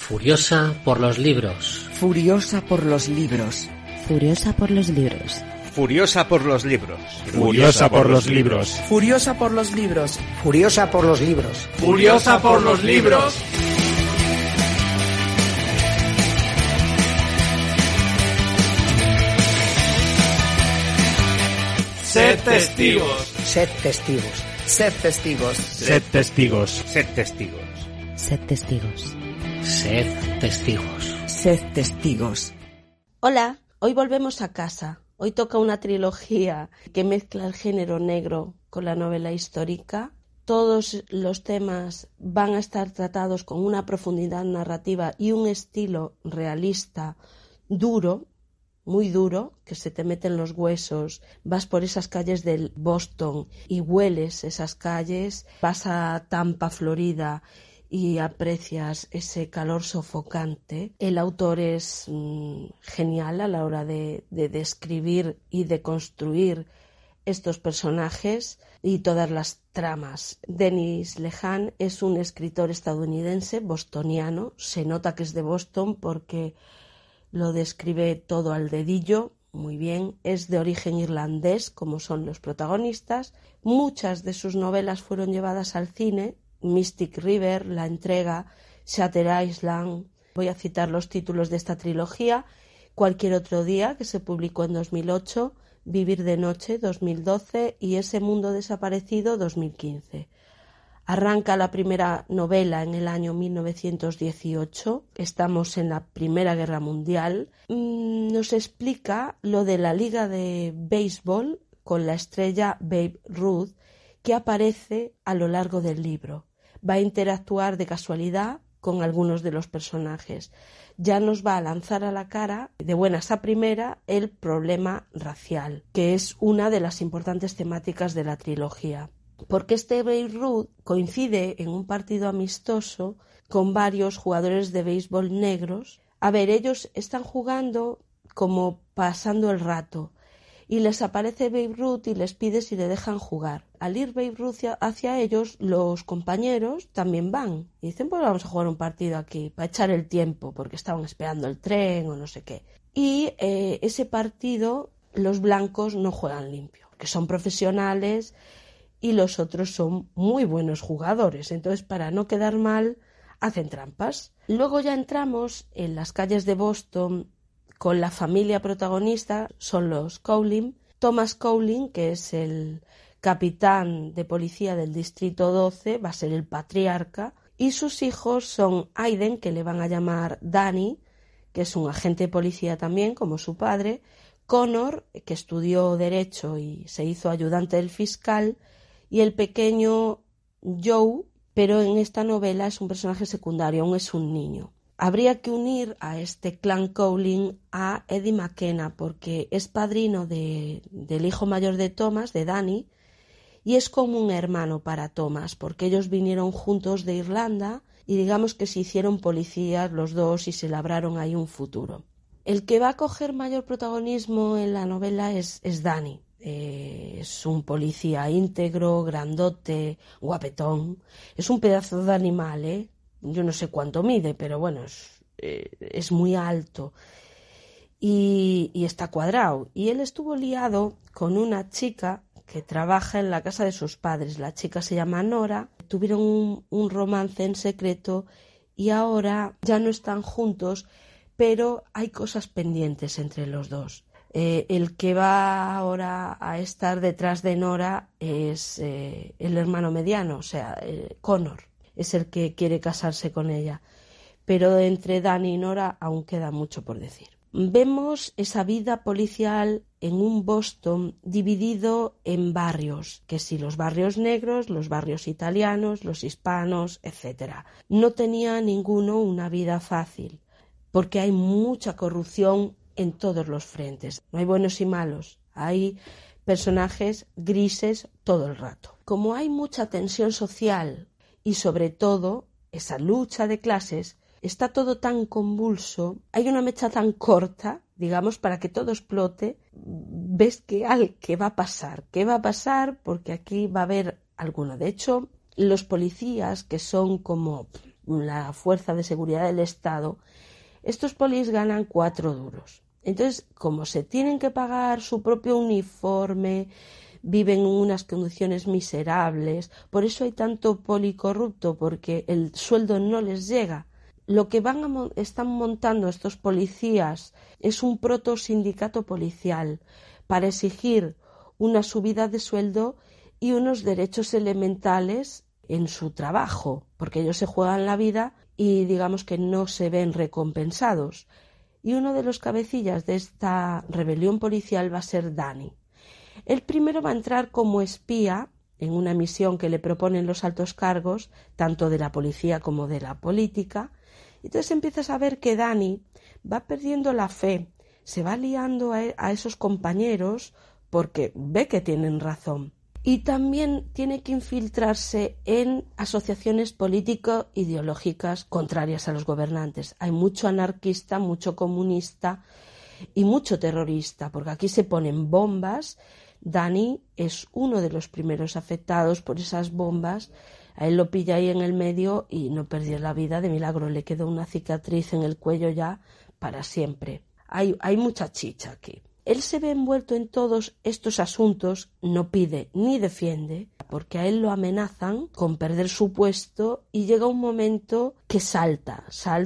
Furiosa por los libros. Furiosa por los libros. Furiosa por los libros. Furiosa por los libros. Furiosa por los libros. Furiosa por los libros. Furiosa por los libros. Furiosa por los libros. Sed testigos. Sed testigos. Sed testigos. Sed testigos. Sed testigos. Sed testigos. Sed testigos. Sed testigos. Hola, hoy volvemos a casa. Hoy toca una trilogía que mezcla el género negro con la novela histórica. Todos los temas van a estar tratados con una profundidad narrativa y un estilo realista duro, muy duro, que se te mete en los huesos. Vas por esas calles del Boston y hueles esas calles, vas a Tampa, Florida, y aprecias ese calor sofocante. El autor es genial a la hora de describir y de construir estos personajes y todas las tramas. Dennis Lehane es un escritor estadounidense, bostoniano. Se nota que es de Boston porque lo describe todo al dedillo, muy bien. Es de origen irlandés, como son los protagonistas. Muchas de sus novelas fueron llevadas al cine. Mystic River, La Entrega, Shutter Island. Voy a citar los títulos de esta trilogía. Cualquier otro día, que se publicó en 2008, Vivir de noche, 2012, y Ese mundo desaparecido, 2015. Arranca la primera novela en el año 1918. Estamos en la Primera Guerra Mundial. Nos explica lo de la liga de béisbol con la estrella Babe Ruth, que aparece a lo largo del libro. Va a interactuar de casualidad con algunos de los personajes. Ya nos va a lanzar a la cara, de buenas a primera, el problema racial, que es una de las importantes temáticas de la trilogía. Porque este Babe Ruth coincide en un partido amistoso con varios jugadores de béisbol negros. A ver, ellos están jugando como pasando el rato, y les aparece Babe Ruth y les pide si le dejan jugar. Al ir Babe Ruth hacia ellos, los compañeros también van y dicen, pues vamos a jugar un partido aquí para echar el tiempo, porque estaban esperando el tren o no sé qué. Y ese partido los blancos no juegan limpio, que son profesionales y los otros son muy buenos jugadores. Entonces, para no quedar mal, hacen trampas. Luego ya entramos en las calles de Boston con la familia protagonista. Son los Cowling. Thomas Cowling, que es el capitán de policía del distrito 12, va a ser el patriarca, y sus hijos son Aiden, que le van a llamar Danny, que es un agente de policía también, como su padre, Connor, que estudió Derecho y se hizo ayudante del fiscal, y el pequeño Joe, pero en esta novela es un personaje secundario, aún es un niño. Habría que unir a este clan Cowling a Eddie McKenna, porque es padrino del hijo mayor de Thomas, de Danny, y es como un hermano para Thomas, porque ellos vinieron juntos de Irlanda y digamos que se hicieron policías los dos y se labraron ahí un futuro. El que va a coger mayor protagonismo en la novela es Danny. Es un policía íntegro, grandote, guapetón. Es un pedazo de animal, ¿eh? Yo no sé cuánto mide, pero bueno, es muy alto y está cuadrado. Y él estuvo liado con una chica que trabaja en la casa de sus padres. La chica se llama Nora. Tuvieron un romance en secreto y ahora ya no están juntos, pero hay cosas pendientes entre los dos. El que va ahora a estar detrás de Nora es el hermano mediano, o sea, Connor. Es el que quiere casarse con ella. Pero entre Danny y Nora aún queda mucho por decir. Vemos esa vida policial en un Boston dividido en barrios, que si los barrios negros, los barrios italianos, los hispanos, etc. No tenía ninguno una vida fácil, porque hay mucha corrupción en todos los frentes. No hay buenos y malos, hay personajes grises todo el rato. Como hay mucha tensión social y sobre todo esa lucha de clases, está todo tan convulso, hay una mecha tan corta, digamos, para que todo explote. Ves ¿qué va a pasar? ¿Qué va a pasar? Porque aquí va a haber alguno. De hecho, los policías, que son como la fuerza de seguridad del Estado, estos polis ganan 4 duros. Entonces, como se tienen que pagar su propio uniforme, viven en unas condiciones miserables, por eso hay tanto poli corrupto, porque el sueldo no les llega. Lo que están montando estos policías es un protosindicato policial para exigir una subida de sueldo y unos derechos elementales en su trabajo, porque ellos se juegan la vida y digamos que no se ven recompensados. Y uno de los cabecillas de esta rebelión policial va a ser Danny. El primero va a entrar como espía en una misión que le proponen los altos cargos, tanto de la policía como de la política. Entonces empiezas a ver que Danny va perdiendo la fe, se va liando a esos compañeros porque ve que tienen razón. Y también tiene que infiltrarse en asociaciones político-ideológicas contrarias a los gobernantes. Hay mucho anarquista, mucho comunista y mucho terrorista, porque aquí se ponen bombas. Danny es uno de los primeros afectados por esas bombas. A él lo pilla ahí en el medio y no perdió la vida de milagro. Le quedó una cicatriz en el cuello ya para siempre. Hay mucha chicha aquí. Él se ve envuelto en todos estos asuntos, no pide ni defiende, porque a él lo amenazan con perder su puesto y llega un momento que salta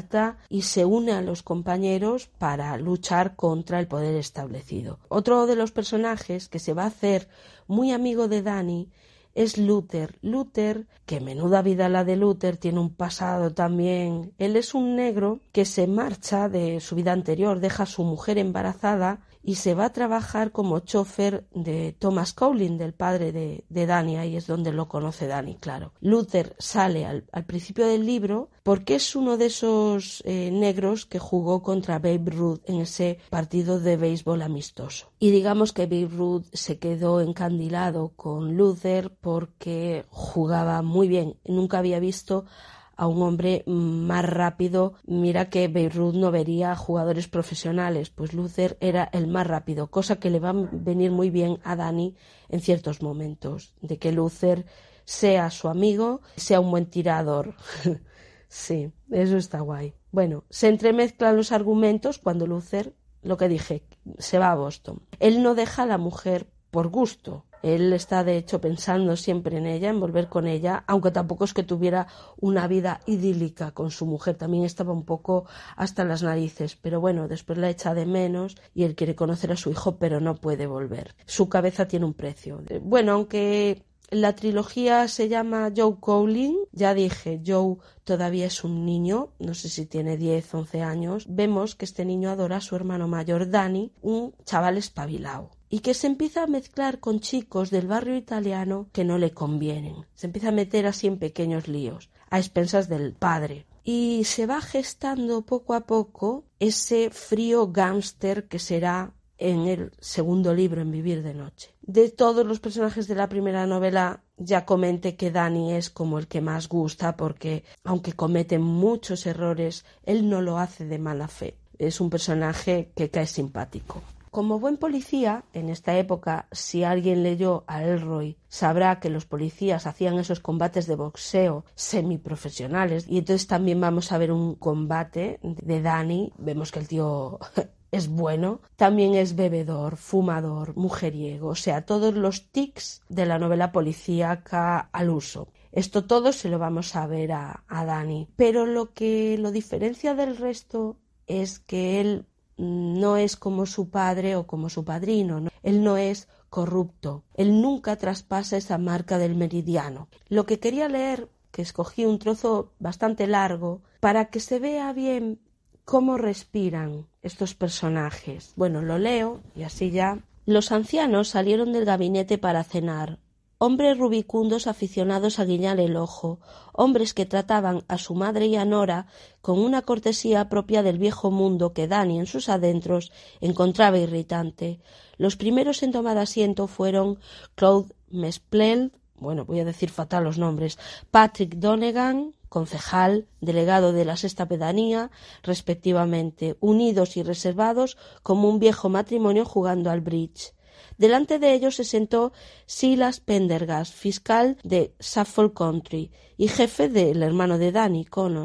y se une a los compañeros para luchar contra el poder establecido. Otro de los personajes que se va a hacer muy amigo de Danny es Luther. Luther, que menuda vida la de Luther, tiene un pasado también. Él es un negro que se marcha de su vida anterior, deja a su mujer embarazada y se va a trabajar como chofer de Thomas Cowling, del padre de Danny. Ahí es donde lo conoce Danny, claro. Luther sale al principio del libro porque es uno de esos negros que jugó contra Babe Ruth en ese partido de béisbol amistoso. Y digamos que Babe Ruth se quedó encandilado con Luther porque jugaba muy bien. Nunca había visto a un hombre más rápido. Mira que Babe Ruth no vería jugadores profesionales, pues Luther era el más rápido, cosa que le va a venir muy bien a Danny en ciertos momentos, de que Luther sea su amigo, sea un buen tirador. Sí, eso está guay. Bueno, se entremezclan los argumentos cuando Luther, lo que dije, se va a Boston. Él no deja a la mujer por gusto. Él está de hecho pensando siempre en ella, en volver con ella, aunque tampoco es que tuviera una vida idílica con su mujer, también estaba un poco hasta las narices, pero bueno, después la echa de menos y él quiere conocer a su hijo, pero no puede volver. Su cabeza tiene un precio. Bueno, aunque la trilogía se llama Joe Cowling, ya dije, Joe todavía es un niño, no sé si tiene 10, 11 años, vemos que este niño adora a su hermano mayor Danny, un chaval espabilado, y que se empieza a mezclar con chicos del barrio italiano que no le convienen. Se empieza a meter así en pequeños líos, a expensas del padre. Y se va gestando poco a poco ese frío gángster que será en el segundo libro, En Vivir de Noche. De todos los personajes de la primera novela, ya comenté que Danny es como el que más gusta porque, aunque comete muchos errores, él no lo hace de mala fe. Es un personaje que cae simpático. Como buen policía, en esta época, si alguien leyó a Elroy, sabrá que los policías hacían esos combates de boxeo semiprofesionales, y entonces también vamos a ver un combate de Danny. Vemos que el tío es bueno, también es bebedor, fumador, mujeriego, o sea, todos los tics de la novela policíaca al uso. Esto todo se lo vamos a ver a Danny, pero lo que lo diferencia del resto es que él no es como su padre o como su padrino, ¿no? Él no es corrupto, él nunca traspasa esa marca del meridiano. Lo que quería leer, que escogí un trozo bastante largo, para que se vea bien cómo respiran estos personajes. Bueno, lo leo y así ya. Los ancianos salieron del gabinete para cenar. Hombres rubicundos aficionados a guiñar el ojo, hombres que trataban a su madre y a Nora con una cortesía propia del viejo mundo que Danny en sus adentros encontraba irritante. Los primeros en tomar asiento fueron Claude Mesplel, bueno, voy a decir fatal los nombres, Patrick Donegan, concejal, delegado de la sexta pedanía, respectivamente, unidos y reservados como un viejo matrimonio jugando al bridge. Delante de ellos se sentó Silas Pendergast, fiscal de Suffolk County y jefe del hermano de Danny, Connor.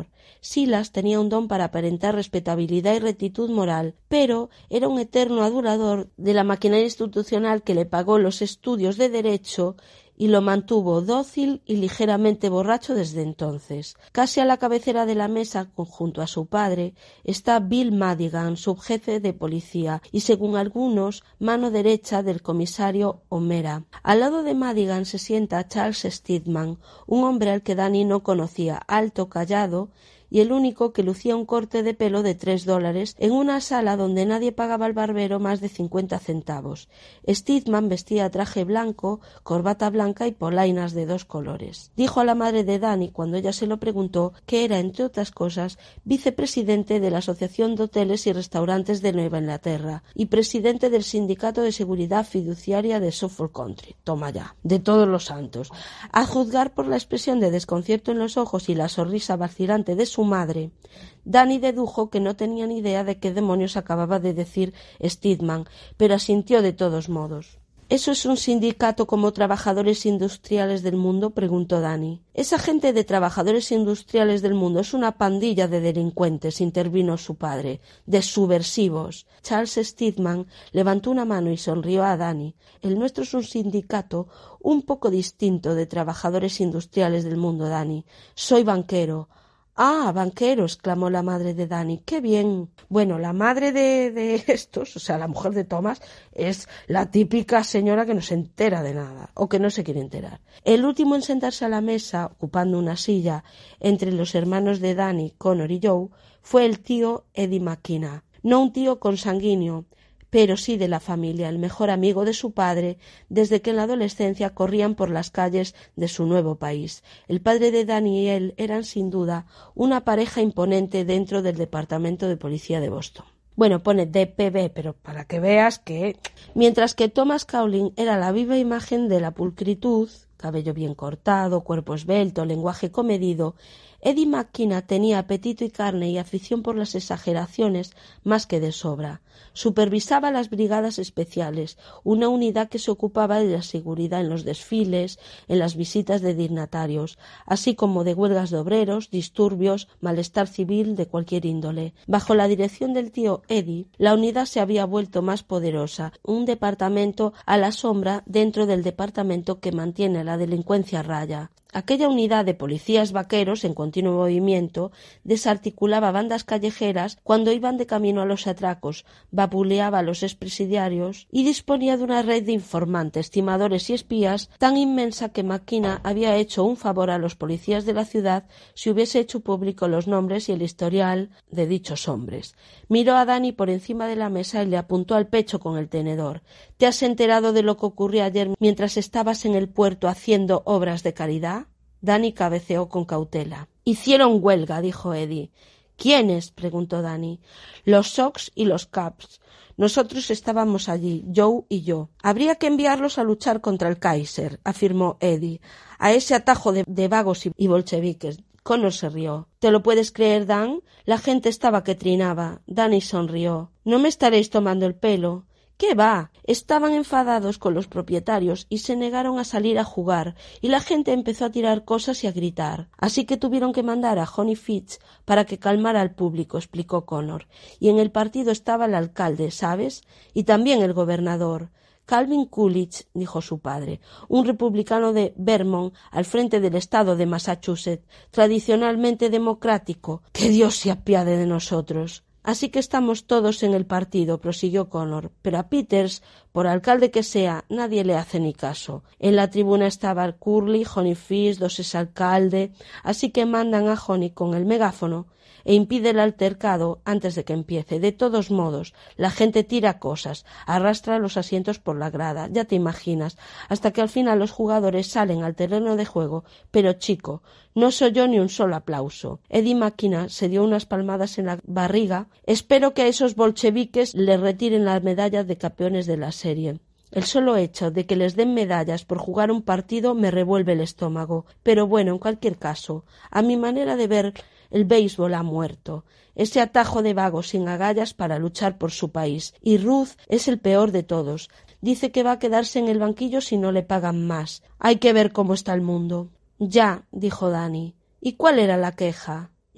Silas tenía un don para aparentar respetabilidad y rectitud moral, pero era un eterno adulador de la maquinaria institucional que le pagó los estudios de Derecho y lo mantuvo dócil y ligeramente borracho desde entonces. Casi a la cabecera de la mesa, junto a su padre, está Bill Madigan, subjefe de policía, y según algunos, mano derecha del comisario O'Meara. Al lado de Madigan se sienta Charles Steadman, un hombre al que Danny no conocía, alto, callado, y el único que lucía un corte de pelo de $3 en una sala donde nadie pagaba al barbero más de 50 centavos. Steadman vestía traje blanco, corbata blanca y polainas de 2 colores. Dijo a la madre de Danny, cuando ella se lo preguntó, que era, entre otras cosas, vicepresidente de la Asociación de Hoteles y Restaurantes de Nueva Inglaterra y presidente del Sindicato de Seguridad Fiduciaria de Suffolk County. Toma ya, de todos los santos. A juzgar por la expresión de desconcierto en los ojos y la sonrisa vacilante de su madre, Danny dedujo que no tenía ni idea de qué demonios acababa de decir Steadman, pero asintió de todos modos. ¿Eso es un sindicato como Trabajadores Industriales del Mundo?, preguntó Danny. Esa gente de Trabajadores Industriales del Mundo es una pandilla de delincuentes, intervino su padre, de subversivos. Charles Steadman levantó una mano y sonrió a Danny. El nuestro es un sindicato un poco distinto de Trabajadores Industriales del Mundo, Danny. Soy banquero. «Ah, banquero», exclamó la madre de Danny. «¡Qué bien!». Bueno, la madre de estos, o sea, la mujer de Thomas, es la típica señora que no se entera de nada, o que no se quiere enterar. El último en sentarse a la mesa, ocupando una silla, entre los hermanos de Danny, Connor y Joe, fue el tío Eddie McKenna. No un tío consanguíneo, pero sí de la familia, el mejor amigo de su padre, desde que en la adolescencia corrían por las calles de su nuevo país. El padre de Danny y él eran, sin duda, una pareja imponente dentro del Departamento de Policía de Boston. Bueno, pone DPB, pero para que veas que... Mientras que Thomas Cowling era la viva imagen de la pulcritud, cabello bien cortado, cuerpo esbelto, lenguaje comedido, Eddie McKenna tenía apetito y carne y afición por las exageraciones más que de sobra. Supervisaba las brigadas especiales, una unidad que se ocupaba de la seguridad en los desfiles, en las visitas de dignatarios, así como de huelgas de obreros, disturbios, malestar civil de cualquier índole. Bajo la dirección del tío Eddie, la unidad se había vuelto más poderosa, un departamento a la sombra dentro del departamento que mantiene la delincuencia a raya. Aquella unidad de policías vaqueros en continuo movimiento desarticulaba bandas callejeras cuando iban de camino a los atracos, vapuleaba a los expresidiarios y disponía de una red de informantes, timadores y espías tan inmensa que McKenna había hecho un favor a los policías de la ciudad si hubiese hecho público los nombres y el historial de dichos hombres. Miró a Danny por encima de la mesa y le apuntó al pecho con el tenedor. ¿Te has enterado de lo que ocurrió ayer mientras estabas en el puerto haciendo obras de caridad? Danny cabeceó con cautela. «Hicieron huelga», dijo Eddie. «¿Quiénes?», preguntó Danny. «Los Sox y los Cubs. Nosotros estábamos allí, Joe y yo. Habría que enviarlos a luchar contra el Kaiser», afirmó Eddie, «a ese atajo de vagos y bolcheviques». Connor se rió. «¿Te lo puedes creer, Dan? La gente estaba que trinaba». Danny sonrió. «¿No me estaréis tomando el pelo?» «¿Qué va? Estaban enfadados con los propietarios y se negaron a salir a jugar, y la gente empezó a tirar cosas y a gritar. Así que tuvieron que mandar a Honey Fitch para que calmara al público», explicó Connor. «Y en el partido estaba el alcalde, ¿sabes? Y también el gobernador». «Calvin Coolidge», dijo su padre, «un republicano de Vermont al frente del estado de Massachusetts, tradicionalmente democrático. ¡Que Dios se apiade de nosotros!». «Así que estamos todos en el partido», prosiguió Connor, «pero a Peters, por alcalde que sea, nadie le hace ni caso. En la tribuna estaba el Curly, Honey Fish, dos exalcalde, así que mandan a Honey con el megáfono e impide el altercado antes de que empiece. De todos modos, la gente tira cosas, arrastra los asientos por la grada, ya te imaginas, hasta que al final los jugadores salen al terreno de juego, pero chico, no se oyó ni un solo aplauso. Eddie McKenna se dio unas palmadas en la barriga. «Espero que a esos bolcheviques les retiren las medallas de campeones de la serie. El solo hecho de que les den medallas por jugar un partido me revuelve el estómago. Pero bueno, en cualquier caso, a mi manera de ver, el béisbol ha muerto. Ese atajo de vagos sin agallas para luchar por su país. Y Ruth es el peor de todos. Dice que va a quedarse en el banquillo si no le pagan más. Hay que ver cómo está el mundo». «Ya», dijo Danny. «¿Y cuál era la queja?»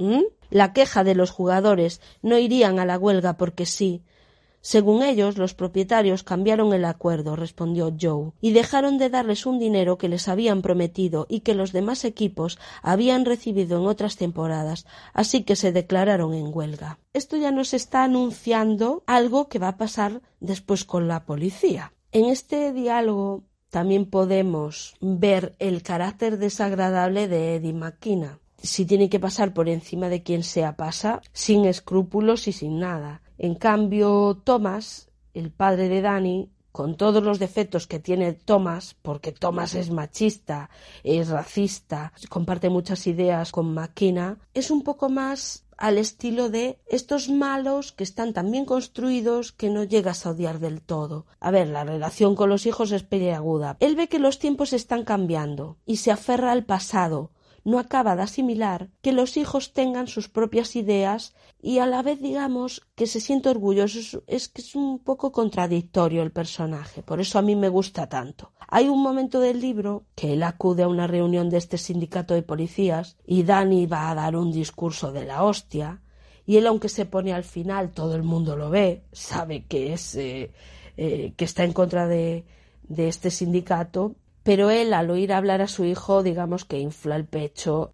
La queja de los jugadores: no irían a la huelga porque sí. Según ellos, los propietarios cambiaron el acuerdo, respondió Joe, y dejaron de darles un dinero que les habían prometido y que los demás equipos habían recibido en otras temporadas, así que se declararon en huelga. Esto ya nos está anunciando algo que va a pasar después con la policía. En este diálogo también podemos ver el carácter desagradable de Eddie McKenna. Si tiene que pasar por encima de quien sea, pasa sin escrúpulos y sin nada. En cambio, Thomas, el padre de Danny, con todos los defectos que tiene Thomas, porque Thomas es machista, es racista, comparte muchas ideas con McKenna, es un poco más al estilo de estos malos que están tan bien construidos que no llegas a odiar del todo. A ver, la relación con los hijos es peliaguda. Él ve que los tiempos están cambiando y se aferra al pasado. No acaba de asimilar que los hijos tengan sus propias ideas y a la vez, digamos, que se siente orgulloso. Es que es un poco contradictorio el personaje, por eso a mí me gusta tanto. Hay un momento del libro que él acude a una reunión de este sindicato de policías y Danny va a dar un discurso de la hostia y él, aunque se pone al final, todo el mundo lo ve, sabe que es que está en contra de este sindicato. Pero él, al oír hablar a su hijo, digamos que infla el pecho,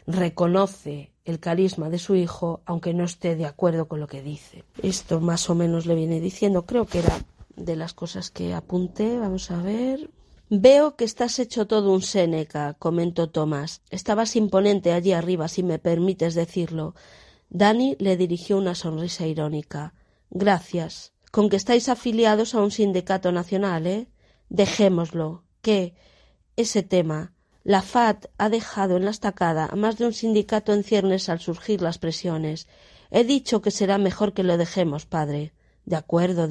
reconoce el carisma de su hijo, aunque no esté de acuerdo con lo que dice. Esto más o menos le viene diciendo, creo que era de las cosas que apunté, vamos a ver. Veo que estás hecho todo un Séneca, comentó Thomas. Estabas imponente allí arriba, si me permites decirlo. Danny le dirigió una sonrisa irónica. Gracias. Con que estáis afiliados a un sindicato nacional, ¿eh? Dejémoslo. Que ese tema, la FAT ha dejado en la estacada a más de un sindicato en ciernes al surgir las presiones. He dicho que será mejor que lo dejemos, padre. De acuerdo,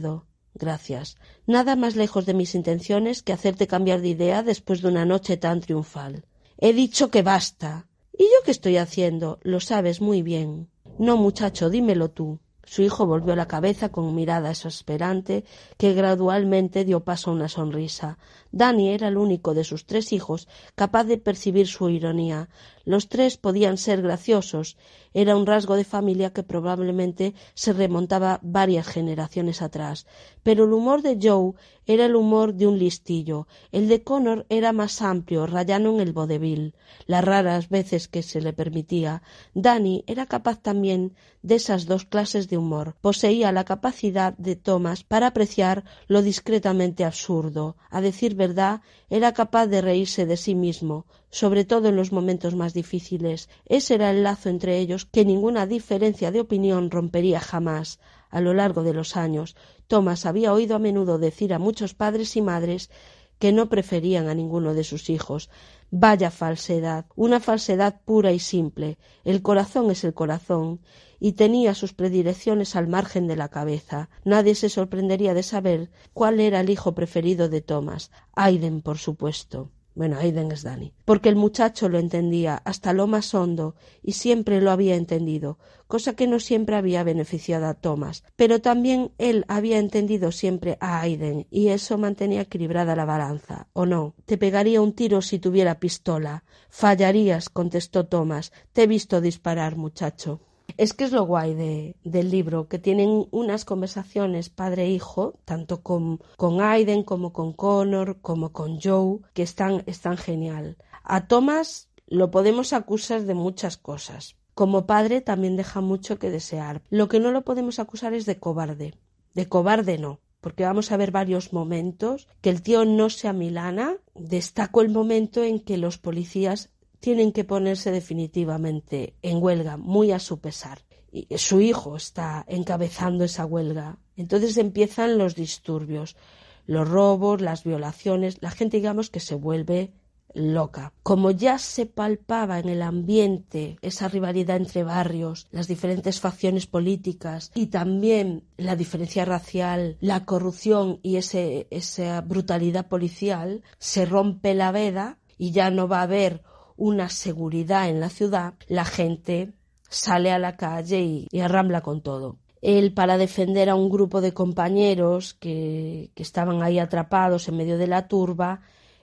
gracias. Nada más lejos de mis intenciones que hacerte cambiar de idea después de una noche tan triunfal. He dicho que basta. ¿Y yo qué estoy haciendo? Lo sabes muy bien. No, muchacho, dímelo tú. Su hijo volvió la cabeza con mirada exasperante que gradualmente dio paso a una sonrisa. Danny era el único de sus 3 hijos capaz de percibir su ironía. Los 3 podían ser graciosos. Era un rasgo de familia que probablemente se remontaba varias generaciones atrás. Pero el humor de Joe era el humor de un listillo. El de Connor era más amplio, rayano en el vodevil. Las raras veces que se le permitía, Danny era capaz también de esas 2 clases de humor. Poseía la capacidad de Thomas para apreciar lo discretamente absurdo. A decir verdad, era capaz de reírse de sí mismo, sobre todo en los momentos más difíciles. Ese era el lazo entre ellos que ninguna diferencia de opinión rompería jamás. A lo largo de los años, Thomas había oído a menudo decir a muchos padres y madres que no preferían a ninguno de sus hijos. Vaya falsedad, una falsedad pura y simple. El corazón es el corazón, y tenía sus predilecciones al margen de la cabeza. Nadie se sorprendería de saber cuál era el hijo preferido de Thomas. Aiden, por supuesto. Bueno, Aiden es Danny. Porque el muchacho lo entendía hasta lo más hondo y siempre lo había entendido, cosa que no siempre había beneficiado a Thomas. Pero también él había entendido siempre a Aiden y eso mantenía equilibrada la balanza. ¿O no? Te pegaría un tiro si tuviera pistola. Fallarías, contestó Thomas. Te he visto disparar, muchacho. Es que es lo guay del libro, que tienen unas conversaciones padre-hijo, tanto con Aiden como con Connor, como con Joe, que están genial. A Thomas lo podemos acusar de muchas cosas. Como padre también deja mucho que desear. Lo que no lo podemos acusar es de cobarde. De cobarde no, porque vamos a ver varios momentos que el tío no se amilana. Destaco el momento en que los policías tienen que ponerse definitivamente en huelga, muy a su pesar. Y su hijo está encabezando esa huelga. Entonces empiezan los disturbios, los robos, las violaciones. La gente, digamos, que se vuelve loca. Como ya se palpaba en el ambiente esa rivalidad entre barrios, las diferentes facciones políticas y también la diferencia racial, la corrupción y esa brutalidad policial, se rompe la veda y ya no va a haber una seguridad en la ciudad. La gente sale a la calle y arrambla con todo. Él, para defender a un grupo de compañeros que estaban ahí atrapados en medio de la turba,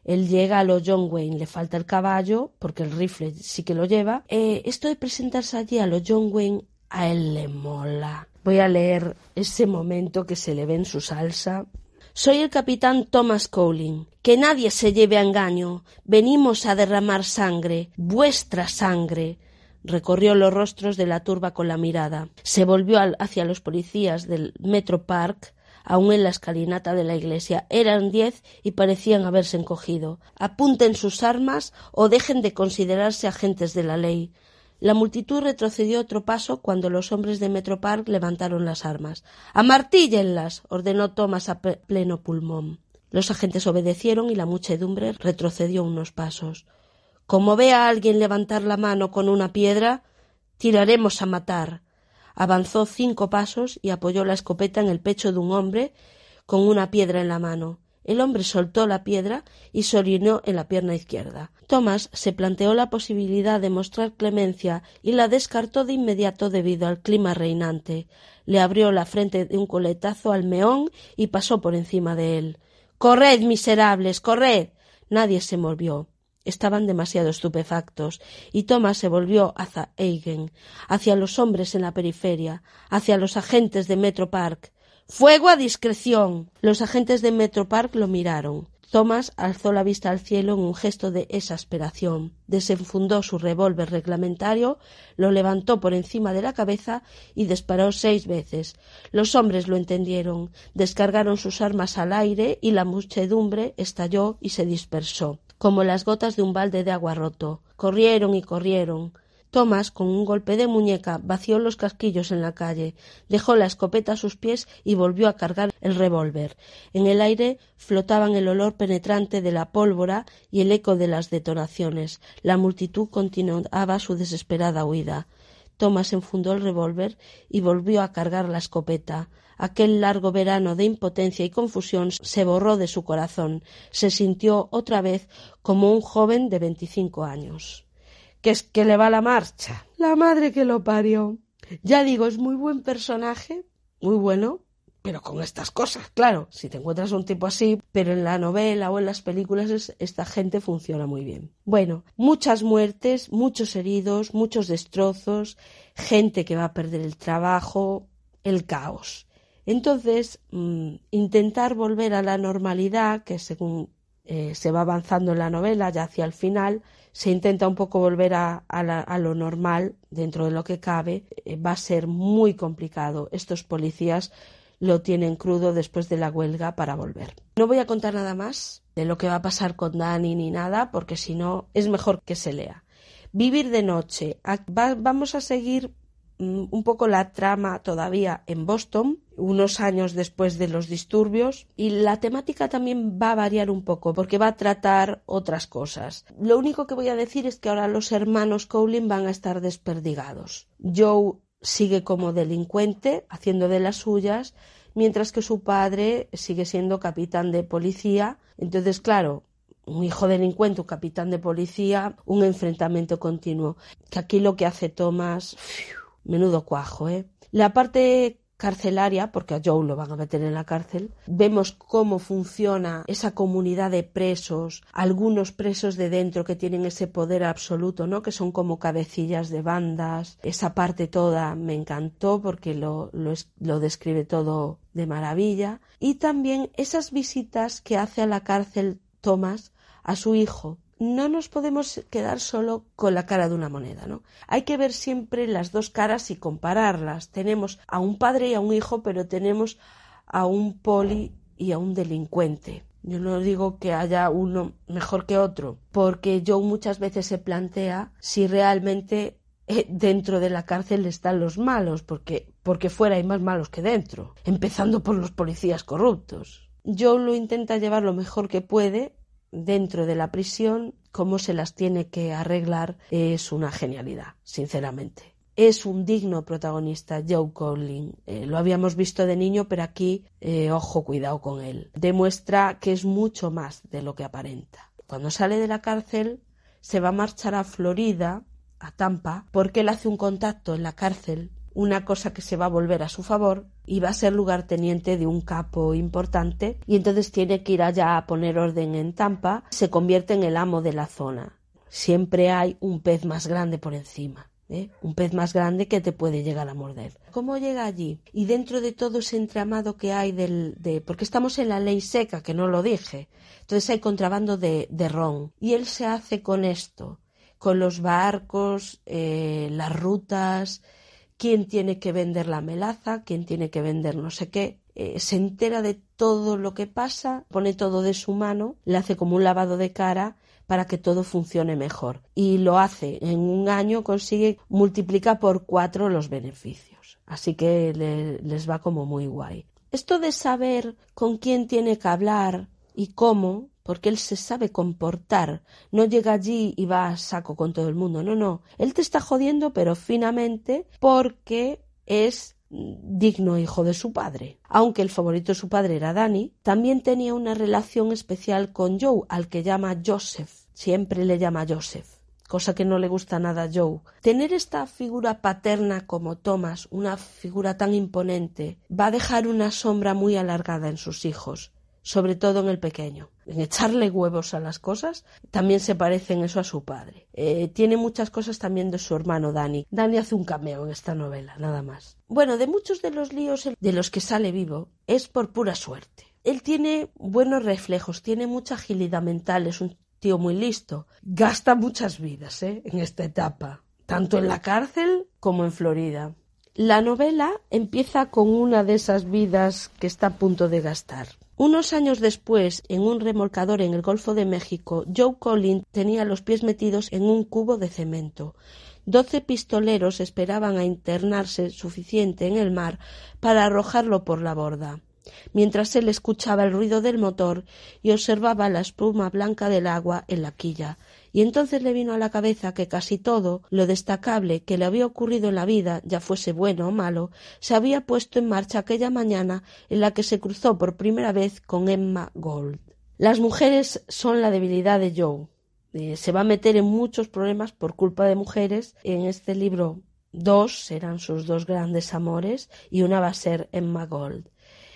Él llega a lo John Wayne, le falta el caballo, porque el rifle sí que lo lleva. Esto de presentarse allí a lo John Wayne, a él le mola. Voy a leer ese momento que se le ve en su salsa. Soy el capitán Thomas Cowling. Que nadie se lleve a engaño. Venimos a derramar sangre, vuestra sangre. Recorrió los rostros de la turba con la mirada. Se volvió hacia los policías del Metro Park, aún en la escalinata de la iglesia. Eran 10 y parecían haberse encogido. Apunten sus armas o dejen de considerarse agentes de la ley. La multitud retrocedió otro paso cuando los hombres de Metro Park levantaron las armas. «¡Amartíllenlas!», ordenó Thomas a pleno pulmón. Los agentes obedecieron y la muchedumbre retrocedió unos pasos. «Como vea a alguien levantar la mano con una piedra, tiraremos a matar». Avanzó 5 pasos y apoyó la escopeta en el pecho de un hombre con una piedra en la mano. El hombre soltó la piedra y se orinó en la pierna izquierda. Thomas se planteó la posibilidad de mostrar clemencia y la descartó de inmediato debido al clima reinante. Le abrió la frente de un coletazo al meón y pasó por encima de él. «¡Corred, miserables, corred!». Nadie se movió. Estaban demasiado estupefactos, y Thomas se volvió hacia Eigen, hacia los hombres en la periferia, hacia los agentes de Metro Park. «¡Fuego a discreción!». Los agentes de Metro Park lo miraron. Thomas alzó la vista al cielo en un gesto de exasperación. Desenfundó su revólver reglamentario, lo levantó por encima de la cabeza y disparó 6 veces. Los hombres lo entendieron, descargaron sus armas al aire y la muchedumbre estalló y se dispersó, como las gotas de un balde de agua roto. Corrieron y corrieron. Thomas, con un golpe de muñeca, vació los casquillos en la calle, dejó la escopeta a sus pies y volvió a cargar el revólver. En el aire flotaban el olor penetrante de la pólvora y el eco de las detonaciones. La multitud continuaba su desesperada huida. Thomas enfundó el revólver y volvió a cargar la escopeta. Aquel largo verano de impotencia y confusión se borró de su corazón. Se sintió otra vez como un joven de 25 años. ¿Que es que le va la marcha? La madre que lo parió. Ya digo, es muy buen personaje, muy bueno, pero con estas cosas, claro. Si te encuentras un tipo así, pero en la novela o en las películas esta gente funciona muy bien. Bueno, muchas muertes, muchos heridos, muchos destrozos, gente que va a perder el trabajo, el caos. Entonces, intentar volver a la normalidad, que según se va avanzando en la novela, ya hacia el final, se intenta un poco volver a lo normal, dentro de lo que cabe, va a ser muy complicado. Estos policías lo tienen crudo después de la huelga para volver. No voy a contar nada más de lo que va a pasar con Danny ni nada, porque si no, es mejor que se lea. Vivir de noche. Vamos a seguir un poco la trama todavía en Boston, unos años después de los disturbios, y la temática también va a variar un poco porque va a tratar otras cosas. Lo único que voy a decir es que ahora los hermanos Cowling van a estar desperdigados. Joe sigue como delincuente, haciendo de las suyas, mientras que su padre sigue siendo capitán de policía. Entonces, claro, un hijo delincuente, un capitán de policía, un enfrentamiento continuo. Que aquí lo que hace Thomas... Menudo cuajo, ¿eh? La parte carcelaria, porque a Joe lo van a meter en la cárcel, vemos cómo funciona esa comunidad de presos, algunos presos de dentro que tienen ese poder absoluto, ¿no? Que son como cabecillas de bandas. Esa parte toda me encantó porque lo describe todo de maravilla. Y también esas visitas que hace a la cárcel Thomas a su hijo. No nos podemos quedar solo con la cara de una moneda, ¿no? Hay que ver siempre las dos caras y compararlas. Tenemos a un padre y a un hijo, pero tenemos a un poli y a un delincuente. Yo no digo que haya uno mejor que otro, porque Joe muchas veces se plantea si realmente dentro de la cárcel están los malos, porque fuera hay más malos que dentro, empezando por los policías corruptos. Joe lo intenta llevar lo mejor que puede dentro de la prisión. Cómo se las tiene que arreglar es una genialidad, sinceramente. Es un digno protagonista, Joe Cowling. Lo habíamos visto de niño, pero aquí, ojo, cuidado con él. Demuestra que es mucho más de lo que aparenta. Cuando sale de la cárcel, se va a marchar a Florida, a Tampa, porque él hace un contacto en la cárcel una cosa que se va a volver a su favor y va a ser lugarteniente de un capo importante y entonces tiene que ir allá a poner orden en Tampa, se convierte en el amo de la zona. Siempre hay un pez más grande por encima. Un pez más grande que te puede llegar a morder. ¿Cómo llega allí? Y dentro de todo ese entramado que hay porque estamos en la ley seca, que no lo dije, entonces hay contrabando de ron, y él se hace con esto, con los barcos, las rutas, quién tiene que vender la melaza, quién tiene que vender no sé qué, se entera de todo lo que pasa, pone todo de su mano, le hace como un lavado de cara para que todo funcione mejor. Y lo hace. En un año multiplica por 4 los beneficios. Así que les va como muy guay. Esto de saber con quién tiene que hablar y cómo, porque él se sabe comportar, no llega allí y va a saco con todo el mundo. No. Él te está jodiendo, pero finamente, porque es digno hijo de su padre. Aunque el favorito de su padre era Danny, también tenía una relación especial con Joe, al que llama Joseph. Siempre le llama Joseph, cosa que no le gusta nada a Joe. Tener esta figura paterna como Thomas, una figura tan imponente, va a dejar una sombra muy alargada en sus hijos, sobre todo en el pequeño. En echarle huevos a las cosas, también se parece en eso a su padre. Tiene muchas cosas también de su hermano Danny. Danny hace un cameo en esta novela, nada más. Bueno, de muchos de los líos de los que sale vivo es por pura suerte. Él tiene buenos reflejos, tiene mucha agilidad mental, es un tío muy listo. Gasta muchas vidas en esta etapa, tanto en la cárcel como en Florida. La novela empieza con una de esas vidas que está a punto de gastar. Unos años después, en un remolcador en el Golfo de México, Joe Collins tenía los pies metidos en un cubo de cemento. 12 pistoleros esperaban a internarse suficiente en el mar para arrojarlo por la borda, mientras él escuchaba el ruido del motor y observaba la espuma blanca del agua en la quilla. Y entonces le vino a la cabeza que casi todo lo destacable que le había ocurrido en la vida, ya fuese bueno o malo, se había puesto en marcha aquella mañana en la que se cruzó por primera vez con Emma Gold. Las mujeres son la debilidad de Joe. Se va a meter en muchos problemas por culpa de mujeres. En este libro 2 serán sus 2 grandes amores y una va a ser Emma Gold.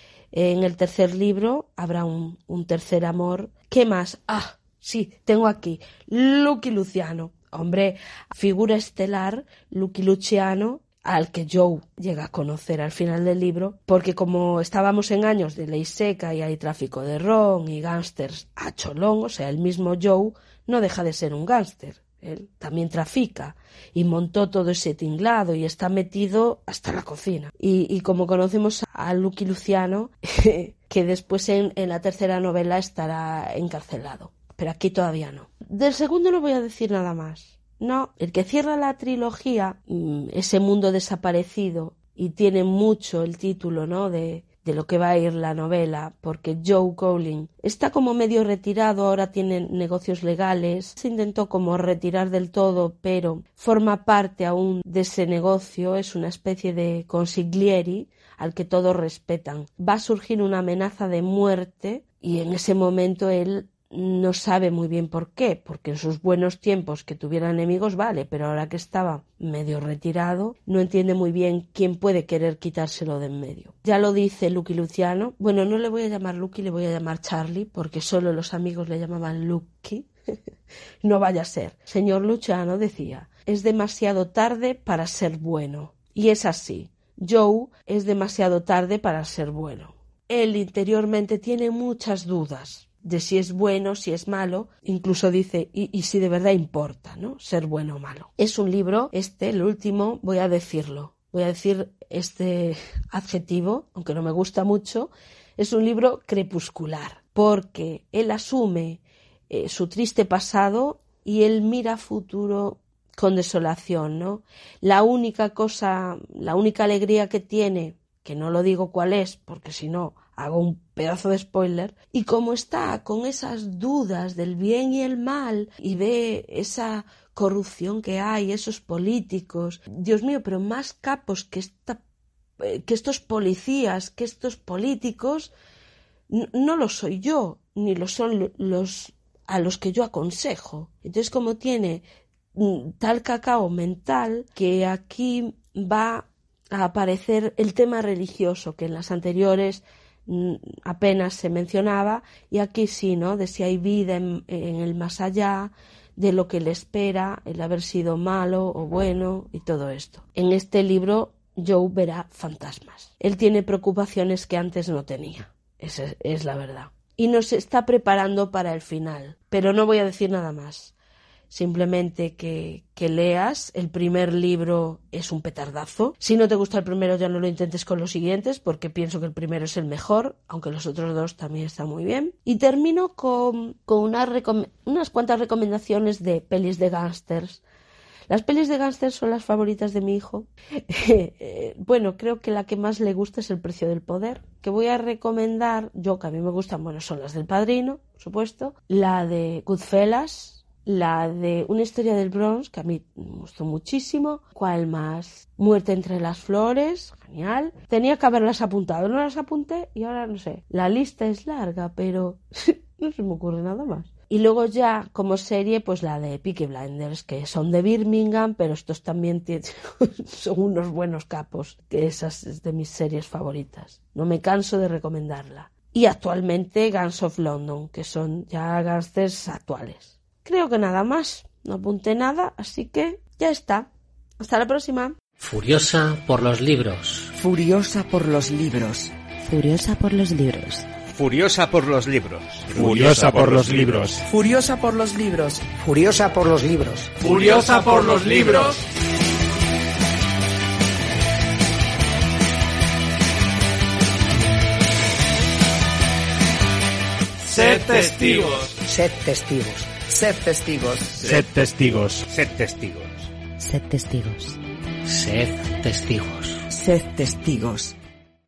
En el tercer libro habrá un tercer amor. ¿Qué más? Sí, tengo aquí Lucky Luciano. Hombre, figura estelar, Lucky Luciano, al que Joe llega a conocer al final del libro, porque como estábamos en años de ley seca y hay tráfico de ron y gángsters a cholón, o sea, el mismo Joe no deja de ser un gángster. Él también trafica y montó todo ese tinglado y está metido hasta la cocina. Y como conocemos a Lucky Luciano, que después en la tercera novela estará encarcelado. Pero aquí todavía no. Del segundo no voy a decir nada más. No, el que cierra la trilogía, ese mundo desaparecido, y tiene mucho el título, ¿no?, de lo que va a ir la novela, porque Joe Collins está como medio retirado, ahora tiene negocios legales, se intentó como retirar del todo, pero forma parte aún de ese negocio, es una especie de consiglieri al que todos respetan. Va a surgir una amenaza de muerte y en ese momento él no sabe muy bien por qué, porque en sus buenos tiempos que tuviera enemigos vale, pero ahora que estaba medio retirado no entiende muy bien quién puede querer quitárselo de en medio. Ya lo dice Lucky Luciano. Bueno, no le voy a llamar Lucky, le voy a llamar Charlie, porque solo los amigos le llamaban Lucky. No vaya a ser. Señor Luciano decía, es demasiado tarde para ser bueno. Y es así. Joe es demasiado tarde para ser bueno. Él interiormente tiene muchas dudas de si es bueno, si es malo, incluso dice, y si de verdad importa, ¿no?, ser bueno o malo. Es un libro, el último, voy a decirlo, voy a decir este adjetivo, aunque no me gusta mucho, es un libro crepuscular, porque él asume su triste pasado y él mira futuro con desolación, ¿no? La única alegría que tiene, que no lo digo cuál es, porque si no hago un pedazo de spoiler, y como está con esas dudas del bien y el mal y ve esa corrupción que hay, esos políticos, Dios mío, pero más capos que estos policías, que estos políticos, no lo soy yo, ni lo son a los que yo aconsejo. Entonces, como tiene tal cacao mental, que aquí va a aparecer el tema religioso, que en las anteriores apenas se mencionaba, y aquí sí, ¿no? De si hay vida en el más allá, de lo que le espera, el haber sido malo o bueno y todo esto. En este libro Joe verá fantasmas. Él tiene preocupaciones que antes no tenía. Esa es la verdad. Y nos está preparando para el final. Pero no voy a decir nada más. Simplemente que leas. El primer libro es un petardazo. Si no te gusta el primero, ya no lo intentes con los siguientes, porque pienso que el primero es el mejor, aunque los otros dos también están muy bien. Y termino con unas cuantas recomendaciones de pelis de gángsters. Las pelis de gángsters son las favoritas de mi hijo. Bueno, creo que la que más le gusta es El precio del poder. Que voy a recomendar, yo que a mí me gustan, bueno, son las del Padrino, por supuesto. La de Goodfellas. La de Una historia del Bronx, que a mí me gustó muchísimo. ¿Cuál más? Muerte entre las flores, genial. Tenía que haberlas apuntado, no las apunté y ahora no sé. La lista es larga, pero no se me ocurre nada más. Y luego ya como serie, pues la de Peaky Blinders, que son de Birmingham, pero estos también son unos buenos capos, que esa es de mis series favoritas. No me canso de recomendarla. Y actualmente Gangs of London, que son ya gángsters actuales. Creo que nada más. No apunté nada, así que ya está. Hasta la próxima. Furiosa por los libros. Furiosa por los libros. Furiosa por los libros. Furiosa por los libros. Furiosa por los libros. Furiosa por los libros. Furiosa por los libros. Furiosa por los libros. Sed testigos. Sed testigos. Sed testigos. Sed testigos. Sed testigos. Sed testigos. Sed testigos. Sed testigos.